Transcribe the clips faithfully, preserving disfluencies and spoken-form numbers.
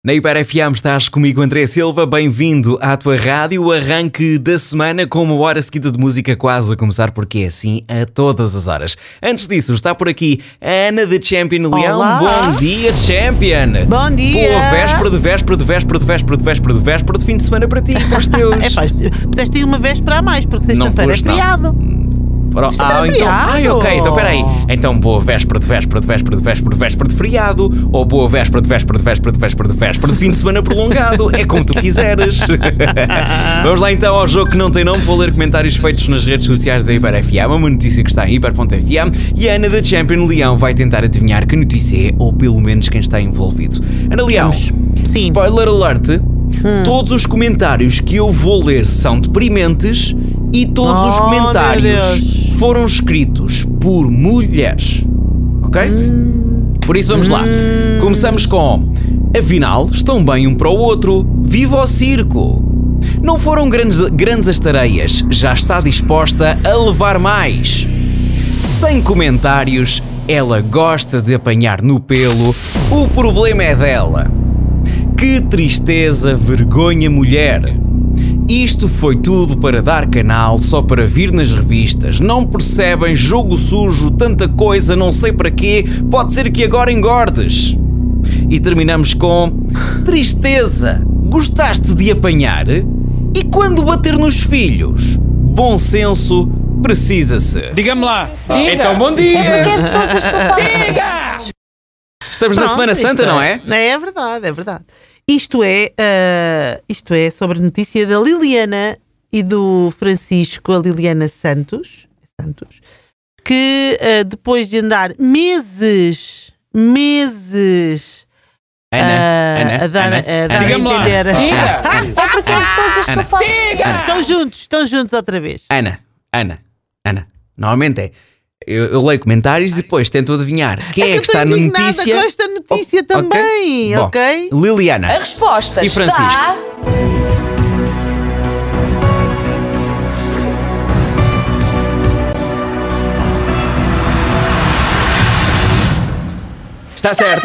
Na Hiper F M estás comigo, André Silva, bem-vindo à tua rádio, o arranque da semana com uma hora seguida de música quase a começar, porque é assim a todas as horas. Antes disso, está por aqui a Ana da Champion Leão. Olá. Bom dia, Champion! Bom dia! Boa véspera de véspera de véspera de véspera de véspera de véspera de fim de semana para ti e para os teus. É pá, puseste aí uma véspera a mais, porque sexta-feira é pus, não. feriado. Pro- Isto Ah, é então, feriado. ai, ok, então peraí. Então boa véspera de véspera de véspera de véspera de véspera de feriado, ou boa véspera de véspera de véspera de véspera de véspera de fim de semana prolongado, é como tu quiseres. Vamos lá então ao jogo que não tem nome. Vou ler comentários feitos nas redes sociais da Hiper F M, uma notícia que está em hiper ponto f m, e a Ana da Champion Leão vai tentar adivinhar que notícia é, ou pelo menos quem está envolvido. Ana Leão, Sim. spoiler alert, todos os comentários que eu vou ler são deprimentes e todos os Oh, comentários meu Deus. foram escritos por mulheres, ok? Por isso vamos lá. Começamos com: afinal, estão bem um para o outro. Viva o circo! Não foram grandes, grandes as tareias, já está disposta a levar mais. Sem comentários, ela gosta de apanhar no pelo, o problema é dela. Que tristeza, vergonha, mulher! Isto foi tudo para dar canal, só para vir nas revistas. Não percebem? Jogo sujo, tanta coisa, não sei para quê. Pode ser que agora engordes. E terminamos com: tristeza, gostaste de apanhar? E quando bater nos filhos? Bom senso, precisa-se. Diga-me lá. Então bom dia! Estamos na Pronto, Semana isto Santa, não é? É verdade, é verdade. Isto é, ah, isto é sobre a notícia da Liliana e do Francisco, a Liliana Santos, Santos que ah, depois de andar meses, meses Ana, ah, Ana, a dar, Ana, a, dar a Ana. Diga-me lá. entender. Diga. É porque todos os Ana. telefones. Estão juntos, estão juntos outra vez. Ana, Ana, Ana. Normalmente é. Eu, eu leio comentários e depois tento adivinhar quem é, que, eu está estou na indignada notícia. com esta notícia Ok. também, Bom, ok? Liliana. A resposta E Francisco? está... Está certo?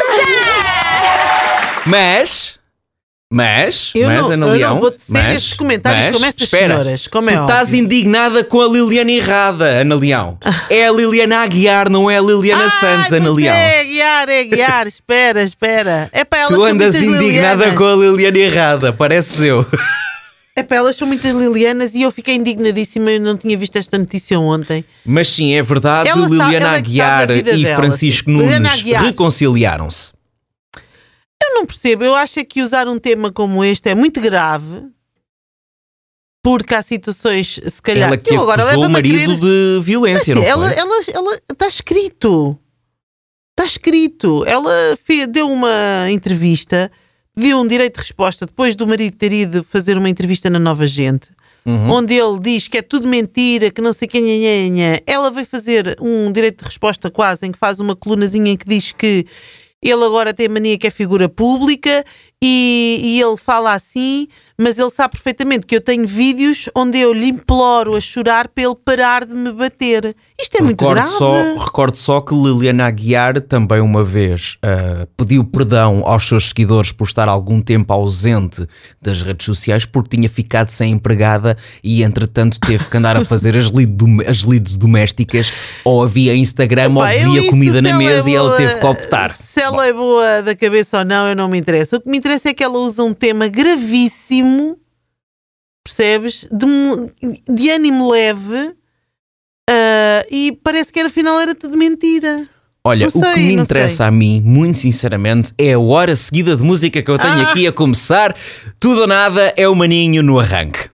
Mas, mas, Eu mas, não- Ana eu não Leão, vou tecer mas, estes comentários mas, como essas espera, senhoras, como é tu estás óbvio. indignada com a Liliana errada, Ana Leão. É a Liliana Aguiar, não é a Liliana Santos, Ai, Ana mas Leão. É guiar, é guiar, espera, espera. É para elas Tu são andas muitas indignada Lilianas. com a Liliana errada, parece eu. É para elas são muitas Lilianas e eu fiquei indignadíssima, eu não tinha visto esta notícia ontem. Mas sim, é verdade, Ela sabe- Liliana ela é que Aguiar sabe a vida e dela, Francisco sim. Liliana Nunes Aguiar. reconciliaram-se. Eu não percebo, eu acho é que usar um tema como este é muito grave, porque há situações, se calhar... Ela que eu agora acusou o leva-me a marido crer- de violência, Assim, não ela, foi? ela, ela está escrito. Está escrito. Ela fe- deu uma entrevista, deu um direito de resposta depois do marido ter ido fazer uma entrevista na Nova Gente, Uhum. onde ele diz que é tudo mentira, que não sei quem é, nhanha. Ela veio fazer um direito de resposta quase, em que faz uma colunazinha em que diz que ele agora tem a mania que é figura pública e, e ele fala assim, mas ele sabe perfeitamente que eu tenho vídeos onde eu lhe imploro a chorar para ele parar de me bater. Isto é muito Recordo grave. só, recordo só que Liliana Aguiar também uma vez ah, pediu perdão aos seus seguidores por estar algum tempo ausente das redes sociais porque tinha ficado sem empregada e entretanto teve que andar a fazer as, lead dom- as leads domésticas, ou havia Instagram Epá, ou eu havia isso, comida se na ela é mesa e ela boa- teve que optar. Se ela é boa da cabeça ou não, eu não me interessa. O que me interessa é que ela usa um tema gravíssimo, percebes? De, mu- de ânimo leve, ah, e parece que afinal era tudo mentira. Olha, Não o que sei, me não interessa sei. a mim, muito sinceramente, é a hora seguida de música que eu tenho Ah. aqui a começar. Tudo ou nada é o maninho no arranque.